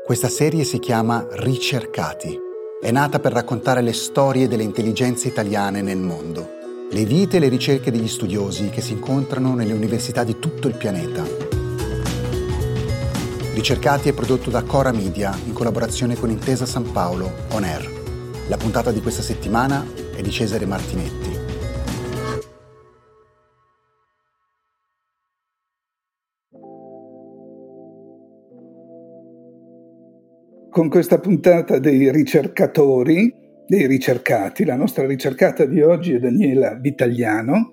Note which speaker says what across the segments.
Speaker 1: Questa serie si chiama Ricercati. È nata per raccontare le storie delle intelligenze italiane nel mondo, le vite e le ricerche degli studiosi che si incontrano nelle università di tutto il pianeta. Ricercati è prodotto da Cora Media in collaborazione con Intesa San Paolo On Air. La puntata di questa settimana è di Cesare Martinetti.
Speaker 2: Con questa puntata dei ricercatori, dei ricercati, la nostra ricercata di oggi è Daniela Vitagliano,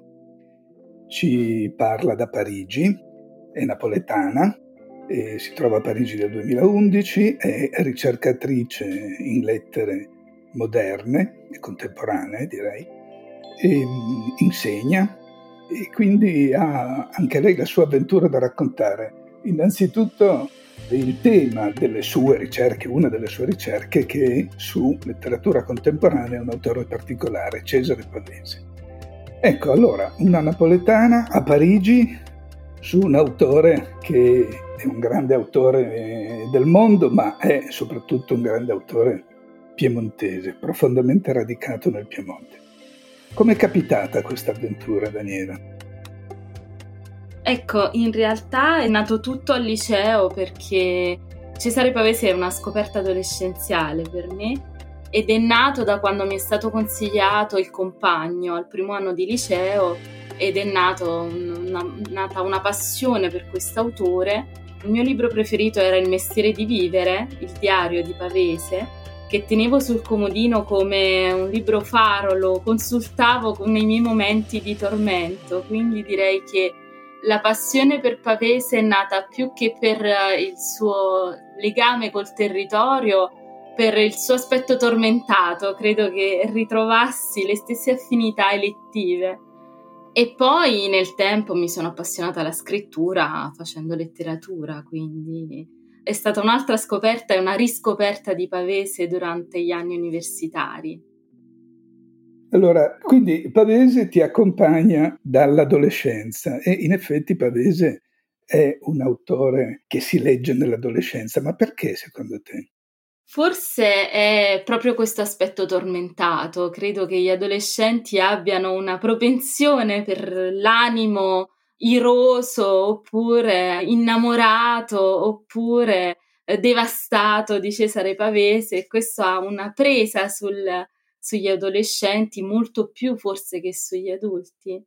Speaker 2: ci parla da Parigi, è napoletana, si trova a Parigi dal 2011, è ricercatrice in lettere moderne e contemporanee, direi, e insegna e quindi ha anche lei la sua avventura da raccontare. Innanzitutto il tema delle sue ricerche, una delle sue ricerche, che è su letteratura contemporanea, un autore particolare, Cesare Pavese. Ecco, allora, una napoletana a Parigi su un autore che è un grande autore del mondo, ma è soprattutto un grande autore piemontese, profondamente radicato nel Piemonte. Com'è capitata questa avventura, Daniela?
Speaker 3: Ecco, in realtà è nato tutto al liceo perché Cesare Pavese è una scoperta adolescenziale per me ed è nato da quando mi è stato consigliato il compagno al primo anno di liceo ed è nata una passione per quest'autore. Il mio libro preferito era Il mestiere di vivere, il diario di Pavese, che tenevo sul comodino come un libro faro, lo consultavo nei miei momenti di tormento, quindi direi che la passione per Pavese è nata più che per il suo legame col territorio, per il suo aspetto tormentato. Credo che ritrovassi le stesse affinità elettive. E poi nel tempo mi sono appassionata alla scrittura facendo letteratura, quindi è stata un'altra scoperta e una riscoperta di Pavese durante gli anni universitari.
Speaker 2: Allora, quindi Pavese ti accompagna dall'adolescenza e in effetti Pavese è un autore che si legge nell'adolescenza, ma perché secondo te?
Speaker 3: Forse è proprio questo aspetto tormentato. Credo che gli adolescenti abbiano una propensione per l'animo iroso, oppure innamorato, oppure devastato di Cesare Pavese, e questo ha una presa sugli adolescenti molto più forse che sugli adulti.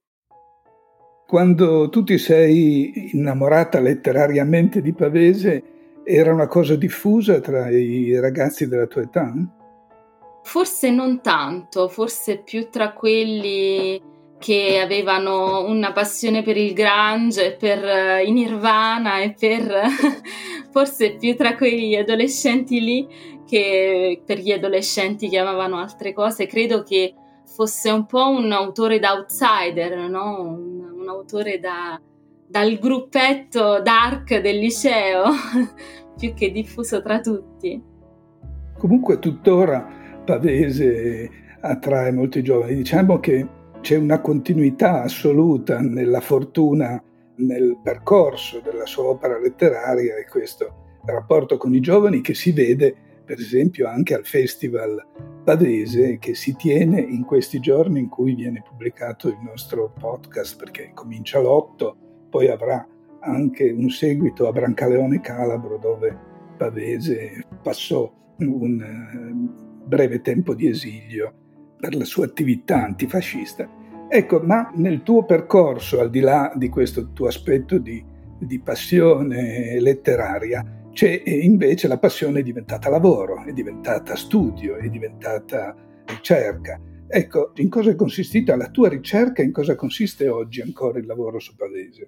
Speaker 2: Quando tu ti sei innamorata letterariamente di Pavese, era una cosa diffusa tra i ragazzi della tua età?
Speaker 3: Forse non tanto, forse più tra quelli che avevano una passione per il grunge, per i Nirvana e per forse più tra quegli adolescenti lì che per gli adolescenti che amavano altre cose. Credo che fosse un po' un autore da outsider, no? Un autore dal gruppetto dark del liceo, più che diffuso tra tutti.
Speaker 2: Comunque tuttora Pavese attrae molti giovani. Diciamo che c'è una continuità assoluta nella fortuna, nel percorso della sua opera letteraria e questo rapporto con i giovani che si vede per esempio anche al Festival Pavese che si tiene in questi giorni in cui viene pubblicato il nostro podcast, perché comincia l'8, poi avrà anche un seguito a Brancaleone Calabro dove Pavese passò un breve tempo di esilio per la sua attività antifascista. Ecco, ma nel tuo percorso, al di là di questo tuo aspetto di passione letteraria, c'è invece la passione è diventata lavoro, è diventata studio, è diventata ricerca. Ecco, in cosa è consistita la tua ricerca e in cosa consiste oggi ancora il lavoro su Pavese?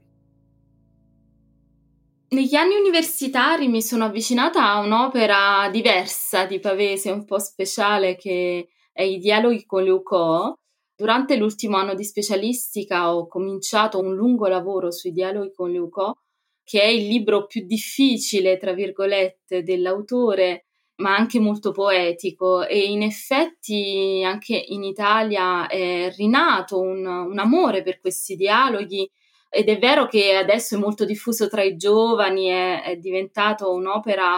Speaker 3: Negli anni universitari mi sono avvicinata a un'opera diversa di Pavese, un po' speciale, che è I dialoghi con Leucot. Durante l'ultimo anno di specialistica ho cominciato un lungo lavoro sui dialoghi con Leucot, che è il libro più difficile, tra virgolette, dell'autore, ma anche molto poetico, e in effetti anche in Italia è rinato un amore per questi dialoghi. Ed è vero che adesso è molto diffuso tra i giovani, è diventato un'opera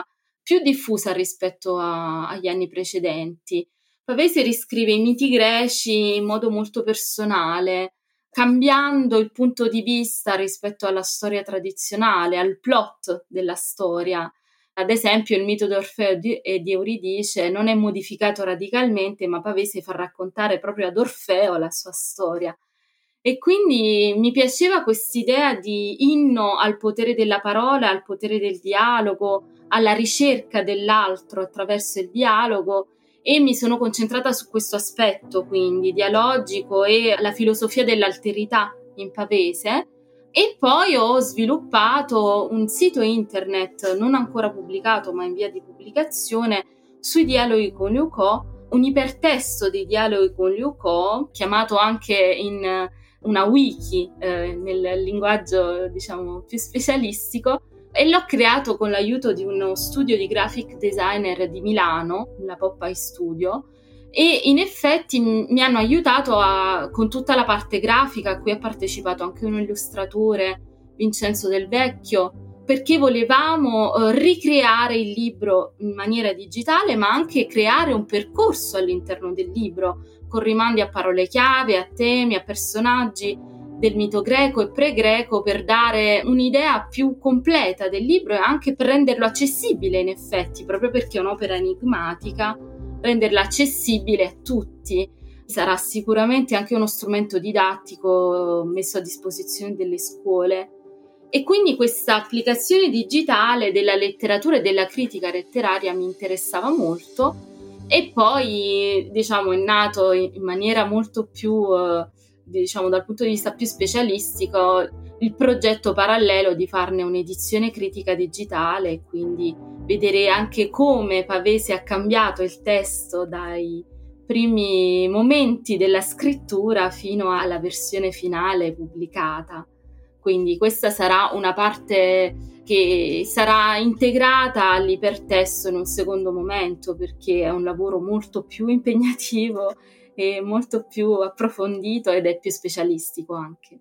Speaker 3: più diffusa rispetto agli anni precedenti. Pavese riscrive i miti greci in modo molto personale, cambiando il punto di vista rispetto alla storia tradizionale, al plot della storia. Ad esempio, il mito di Orfeo e di Euridice non è modificato radicalmente, ma Pavese fa raccontare proprio ad Orfeo la sua storia. E quindi mi piaceva quest'idea di inno al potere della parola, al potere del dialogo, alla ricerca dell'altro attraverso il dialogo, e mi sono concentrata su questo aspetto, quindi dialogico, e la filosofia dell'alterità in Pavese. E poi ho sviluppato un sito internet non ancora pubblicato, ma in via di pubblicazione, sui dialoghi con Liu Co, un ipertesto dei dialoghi con Liu Co, chiamato anche in una wiki nel linguaggio, diciamo, più specialistico, e l'ho creato con l'aiuto di uno studio di graphic designer di Milano, la Popeye Studio, e in effetti mi hanno aiutato con tutta la parte grafica, a cui ha partecipato anche un illustratore, Vincenzo Del Vecchio, perché volevamo ricreare il libro in maniera digitale, ma anche creare un percorso all'interno del libro, con rimandi a parole chiave, a temi, a personaggi del mito greco e pre-greco, per dare un'idea più completa del libro e anche per renderlo accessibile, in effetti, proprio perché è un'opera enigmatica, renderla accessibile a tutti. Sarà sicuramente anche uno strumento didattico messo a disposizione delle scuole. E quindi questa applicazione digitale della letteratura e della critica letteraria mi interessava molto. E poi, diciamo, è nato in maniera molto più, diciamo, dal punto di vista più specialistico, il progetto parallelo di farne un'edizione critica digitale, e quindi vedere anche come Pavese ha cambiato il testo dai primi momenti della scrittura fino alla versione finale pubblicata. Quindi questa sarà una parte che sarà integrata all'ipertesto in un secondo momento, perché è un lavoro molto più impegnativo e molto più approfondito ed è più specialistico anche.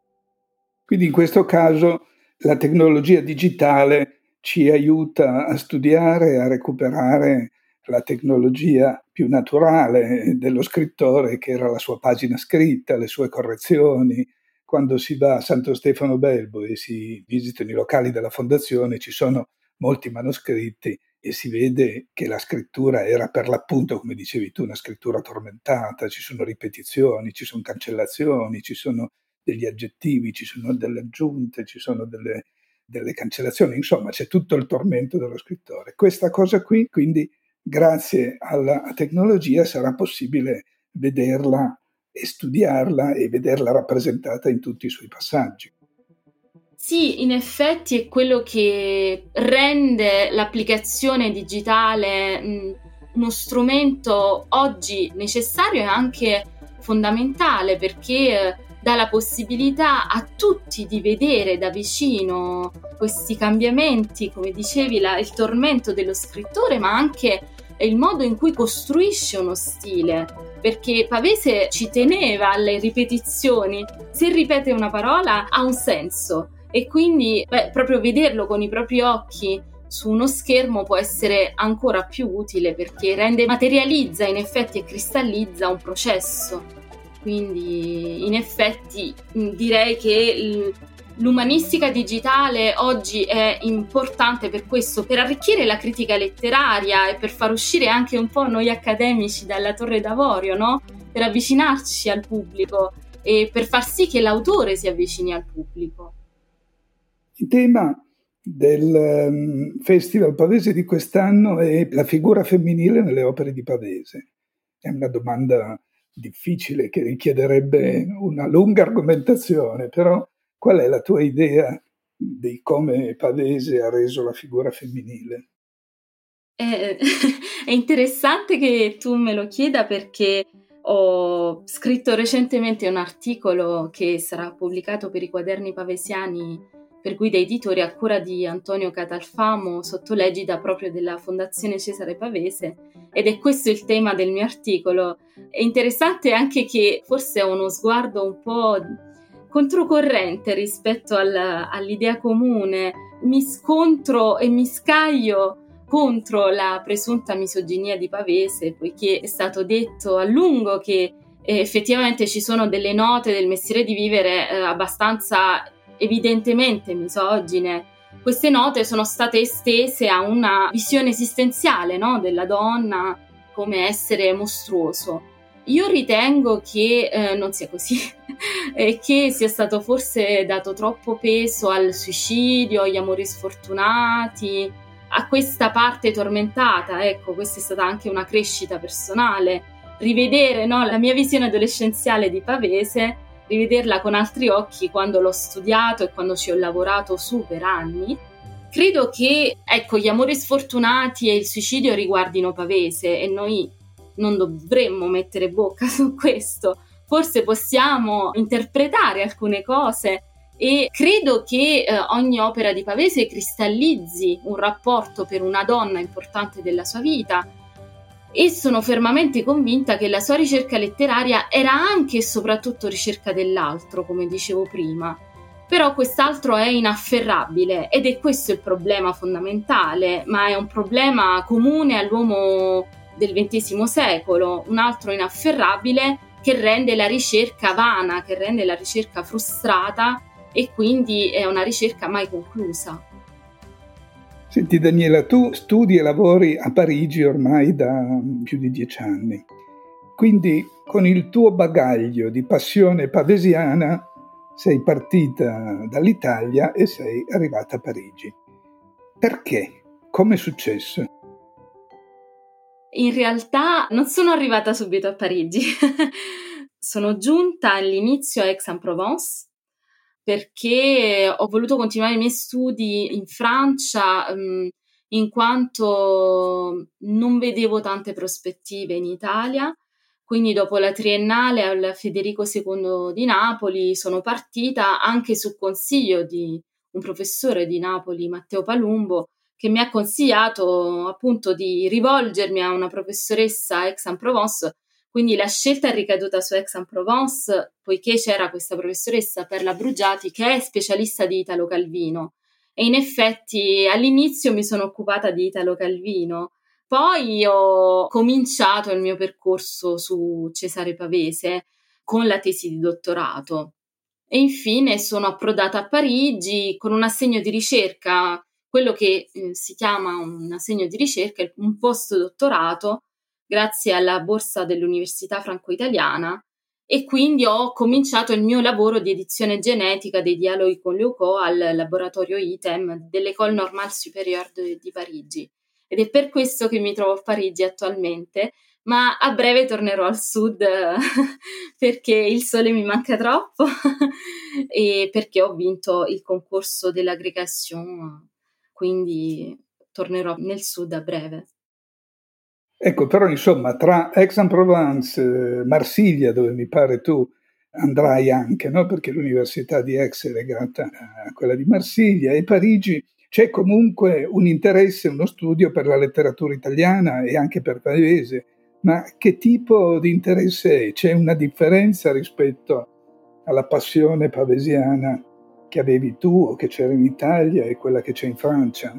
Speaker 2: Quindi in questo caso la tecnologia digitale ci aiuta a studiare, a recuperare la tecnologia più naturale dello scrittore, che era la sua pagina scritta, le sue correzioni. Quando si va a Santo Stefano Belbo e si visitano i locali della fondazione, ci sono molti manoscritti e si vede che la scrittura era per l'appunto, come dicevi tu, una scrittura tormentata, ci sono ripetizioni, ci sono cancellazioni, ci sono degli aggettivi, ci sono delle aggiunte, ci sono delle cancellazioni, insomma c'è tutto il tormento dello scrittore. Questa cosa qui, quindi, grazie alla tecnologia sarà possibile vederla e studiarla e vederla rappresentata in tutti i suoi passaggi.
Speaker 3: Sì, in effetti è quello che rende l'applicazione digitale uno strumento oggi necessario e anche fondamentale, perché dà la possibilità a tutti di vedere da vicino questi cambiamenti, come dicevi, il tormento dello scrittore, ma anche il modo in cui costruisce uno stile, perché Pavese ci teneva alle ripetizioni. Se ripete una parola ha un senso, e quindi proprio vederlo con i propri occhi su uno schermo può essere ancora più utile, perché materializza in effetti e cristallizza un processo. Quindi in effetti direi che l'umanistica digitale oggi è importante per questo, per arricchire la critica letteraria e per far uscire anche un po' noi accademici dalla torre d'avorio, no? Per avvicinarci al pubblico e per far sì che l'autore si avvicini al pubblico.
Speaker 2: Il tema del Festival Pavese di quest'anno è la figura femminile nelle opere di Pavese. È una domanda difficile che richiederebbe una lunga argomentazione, però qual è la tua idea di come Pavese ha reso la figura femminile?
Speaker 3: È interessante che tu me lo chieda, perché ho scritto recentemente un articolo che sarà pubblicato per i quaderni pavesiani per Guida Editori a cura di Antonio Catalfamo, sotto l'egida proprio della Fondazione Cesare Pavese, ed è questo il tema del mio articolo. È interessante anche che forse ho uno sguardo un po' controcorrente rispetto all'idea comune. Mi scontro e mi scaglio contro la presunta misoginia di Pavese, poiché è stato detto a lungo che effettivamente ci sono delle note del mestiere di vivere abbastanza evidentemente misogine. Queste note sono state estese a una visione esistenziale, no, della donna come essere mostruoso. Io ritengo che non sia così e che sia stato forse dato troppo peso al suicidio, agli amori sfortunati, a questa parte tormentata. Ecco, questa è stata anche una crescita personale. Rivedere, no, la mia visione adolescenziale di Pavese, rivederla con altri occhi quando l'ho studiato e quando ci ho lavorato su per anni. Credo che, ecco, gli amori sfortunati e il suicidio riguardino Pavese e noi non dovremmo mettere bocca su questo. Forse possiamo interpretare alcune cose e credo che ogni opera di Pavese cristallizzi un rapporto per una donna importante della sua vita, e sono fermamente convinta che la sua ricerca letteraria era anche e soprattutto ricerca dell'altro, come dicevo prima. Però quest'altro è inafferrabile ed è questo il problema fondamentale, ma è un problema comune all'uomo del XX secolo, un altro inafferrabile che rende la ricerca vana, che rende la ricerca frustrata e quindi è una ricerca mai conclusa.
Speaker 2: Senti Daniela, tu studi e lavori a Parigi ormai da più di 10 anni, quindi con il tuo bagaglio di passione pavesiana sei partita dall'Italia e sei arrivata a Parigi. Perché? Come è successo?
Speaker 3: In realtà non sono arrivata subito a Parigi, sono giunta all'inizio a Aix-en-Provence perché ho voluto continuare i miei studi in Francia in quanto non vedevo tante prospettive in Italia. Quindi dopo la triennale al Federico II di Napoli sono partita anche su consiglio di un professore di Napoli, Matteo Palumbo, che mi ha consigliato appunto di rivolgermi a una professoressa a Aix-en-Provence. Quindi la scelta è ricaduta su Aix-en-Provence, poiché c'era questa professoressa Perla Brugiati che è specialista di Italo Calvino. E in effetti all'inizio mi sono occupata di Italo Calvino. Poi ho cominciato il mio percorso su Cesare Pavese con la tesi di dottorato e infine sono approdata a Parigi con un assegno di ricerca, quello che si chiama un assegno di ricerca, un postdottorato, grazie alla borsa dell'Università Franco-Italiana, e quindi ho cominciato il mio lavoro di edizione genetica dei dialoghi con Leucot al laboratorio ITEM dell'École Normale Supérieure di Parigi. Ed è per questo che mi trovo a Parigi attualmente, ma a breve tornerò al sud perché il sole mi manca troppo e perché ho vinto il concorso dell'agrégation, quindi tornerò nel sud a breve.
Speaker 2: Ecco, però insomma, tra Aix-en-Provence, Marsiglia, dove mi pare tu andrai anche, no? Perché l'università di Aix è legata a quella di Marsiglia, e Parigi, c'è comunque un interesse, uno studio per la letteratura italiana e anche per Pavese. Ma che tipo di interesse è? C'è una differenza rispetto alla passione pavesiana che avevi tu o che c'era in Italia e quella che c'è in Francia?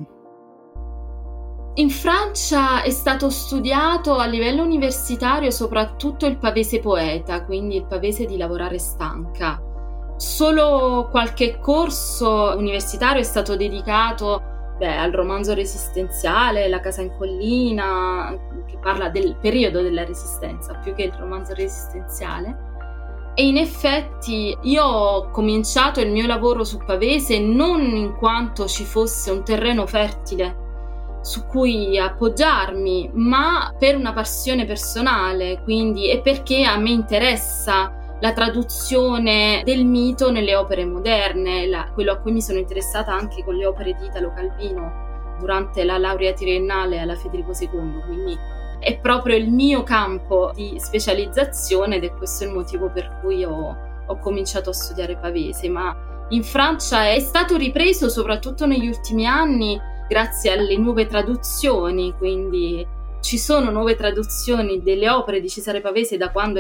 Speaker 3: In Francia è stato studiato a livello universitario soprattutto il Pavese poeta, quindi il Pavese di lavorare stanca. Solo qualche corso universitario è stato dedicato al romanzo resistenziale, La casa in collina, che parla del periodo della resistenza più che il romanzo resistenziale. E in effetti io ho cominciato il mio lavoro su Pavese non in quanto ci fosse un terreno fertile su cui appoggiarmi, ma per una passione personale, quindi, e perché a me interessa la traduzione del mito nelle opere moderne, quello a cui mi sono interessata anche con le opere di Italo Calvino durante la laurea triennale alla Federico II, quindi è proprio il mio campo di specializzazione ed è questo il motivo per cui ho cominciato a studiare Pavese. Ma in Francia è stato ripreso soprattutto negli ultimi anni grazie alle nuove traduzioni, quindi ci sono nuove traduzioni delle opere di Cesare Pavese da quando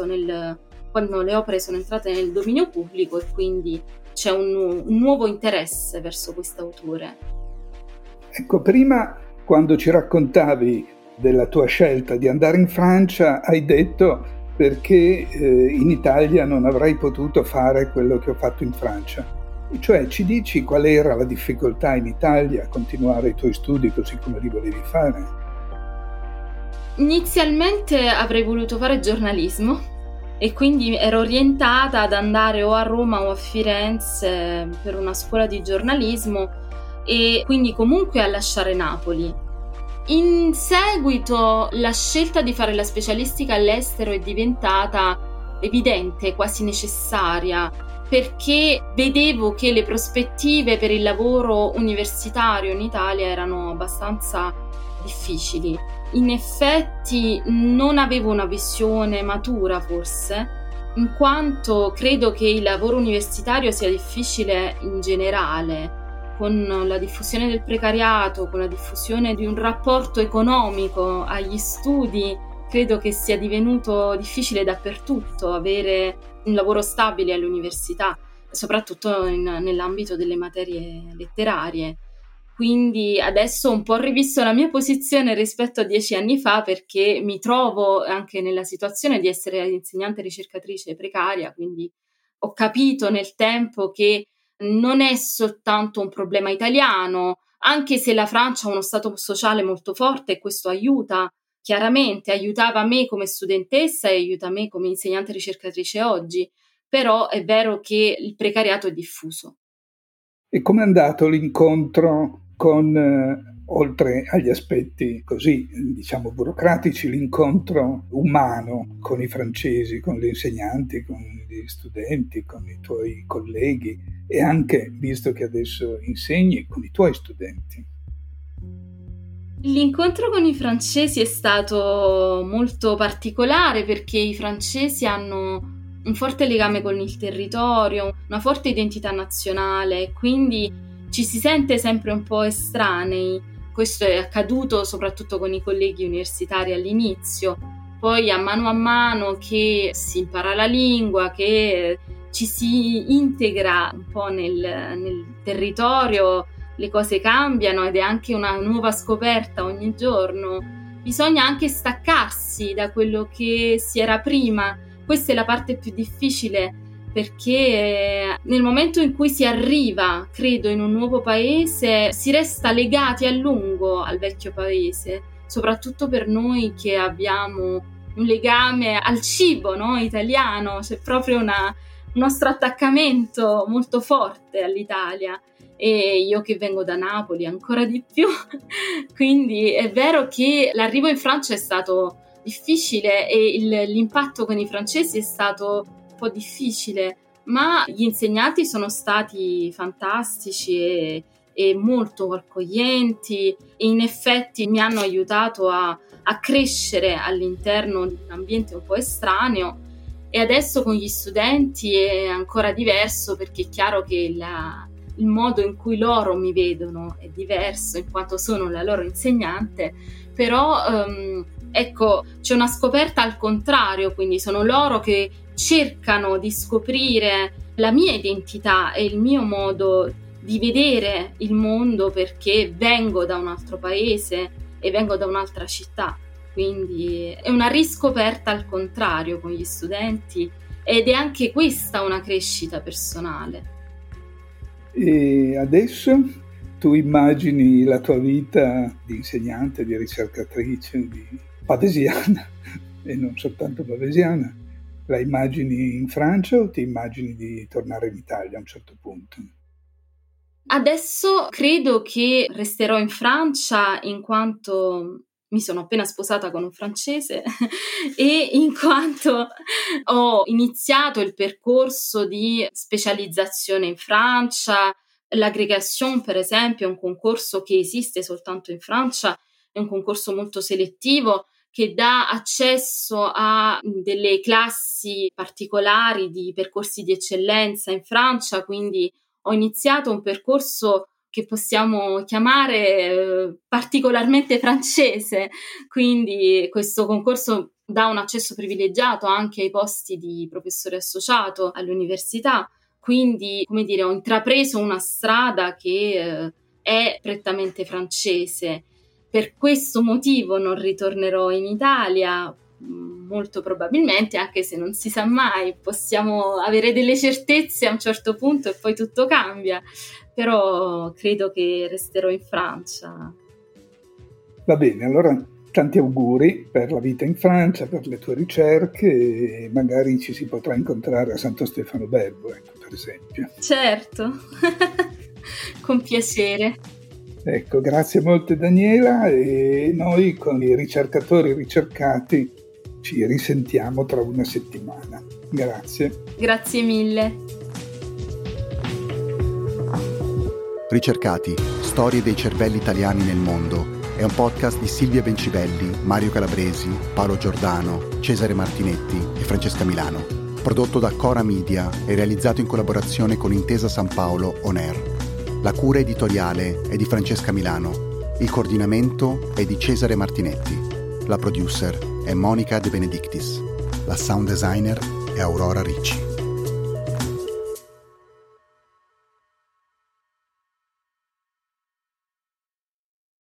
Speaker 3: le opere sono entrate nel dominio pubblico, e quindi c'è un nuovo interesse verso quest'autore.
Speaker 2: Ecco, prima quando ci raccontavi della tua scelta di andare in Francia, hai detto perché in Italia non avrei potuto fare quello che ho fatto in Francia. Cioè, ci dici qual era la difficoltà in Italia a continuare i tuoi studi così come li volevi fare?
Speaker 3: Inizialmente avrei voluto fare giornalismo e quindi ero orientata ad andare o a Roma o a Firenze per una scuola di giornalismo e quindi comunque a lasciare Napoli. In seguito la scelta di fare la specialistica all'estero è diventata evidente, quasi necessaria, perché vedevo che le prospettive per il lavoro universitario in Italia erano abbastanza difficili. In effetti non avevo una visione matura, forse, in quanto credo che il lavoro universitario sia difficile in generale, con la diffusione del precariato, con la diffusione di un rapporto economico agli studi. Credo che sia divenuto difficile dappertutto avere un lavoro stabile all'università, soprattutto nell'ambito delle materie letterarie. Quindi adesso ho un po' rivisto la mia posizione rispetto a 10 anni fa, perché mi trovo anche nella situazione di essere insegnante ricercatrice precaria, quindi ho capito nel tempo che non è soltanto un problema italiano, anche se la Francia ha uno stato sociale molto forte e questo aiuta. Chiaramente aiutava me come studentessa e aiuta me come insegnante ricercatrice oggi, però è vero che il precariato è diffuso.
Speaker 2: E com'è andato l'incontro con, oltre agli aspetti così, diciamo, burocratici, l'incontro umano con i francesi, con gli insegnanti, con gli studenti, con i tuoi colleghi e anche, visto che adesso insegni, con i tuoi studenti?
Speaker 3: L'incontro con i francesi è stato molto particolare perché i francesi hanno un forte legame con il territorio, una forte identità nazionale, quindi ci si sente sempre un po' estranei. Questo è accaduto soprattutto con i colleghi universitari all'inizio. Poi a mano che si impara la lingua, che ci si integra un po' nel territorio, le cose cambiano ed è anche una nuova scoperta ogni giorno. Bisogna anche staccarsi da quello che si era prima. Questa è la parte più difficile, perché nel momento in cui si arriva, credo, in un nuovo paese, si resta legati a lungo al vecchio paese, soprattutto per noi che abbiamo un legame al cibo, no? Italiano, c'è proprio un nostro attaccamento molto forte all'Italia. E io che vengo da Napoli ancora di più. Quindi è vero che l'arrivo in Francia è stato difficile e l'impatto con i francesi è stato un po' difficile, ma gli insegnanti sono stati fantastici e molto accoglienti e in effetti mi hanno aiutato a crescere all'interno di un ambiente un po' estraneo. E adesso con gli studenti è ancora diverso, perché è chiaro che il modo in cui loro mi vedono è diverso in quanto sono la loro insegnante, però ecco, c'è una scoperta al contrario, quindi sono loro che cercano di scoprire la mia identità e il mio modo di vedere il mondo, perché vengo da un altro paese e vengo da un'altra città, quindi è una riscoperta al contrario con gli studenti ed è anche questa una crescita personale.
Speaker 2: E adesso tu immagini la tua vita di insegnante, di ricercatrice, di pavesiana, e non soltanto pavesiana, la immagini in Francia o ti immagini di tornare in Italia a un certo punto?
Speaker 3: Adesso credo che resterò in Francia in quanto mi sono appena sposata con un francese e in quanto ho iniziato il percorso di specializzazione in Francia. L'agrégation, per esempio, è un concorso che esiste soltanto in Francia, è un concorso molto selettivo che dà accesso a delle classi particolari di percorsi di eccellenza in Francia, quindi ho iniziato un percorso che possiamo chiamare particolarmente francese, quindi questo concorso dà un accesso privilegiato anche ai posti di professore associato all'università, quindi, come dire, ho intrapreso una strada che è prettamente francese. per questo motivo non ritornerò in Italia, molto probabilmente, anche se non si sa mai, possiamo avere delle certezze a un certo punto e poi tutto cambia, però credo che resterò in Francia.
Speaker 2: Va bene, allora tanti auguri per la vita in Francia, per le tue ricerche, e magari ci si potrà incontrare a Santo Stefano Belbo, ecco, per esempio.
Speaker 3: Certo, con piacere.
Speaker 2: Ecco, grazie molte Daniela, e noi con i ricercatori ricercati ci risentiamo tra una settimana. Grazie.
Speaker 3: Grazie mille.
Speaker 1: Ricercati, storie dei cervelli italiani nel mondo è un podcast di Silvia Bencivelli, Mario Calabresi, Paolo Giordano, Cesare Martinetti e Francesca Milano. Prodotto da Cora Media e realizzato in collaborazione con Intesa San Paolo On Air. La cura editoriale è di Francesca Milano. Il coordinamento è di Cesare Martinetti. La producer è Monica De Benedictis. La sound designer è Aurora Ricci.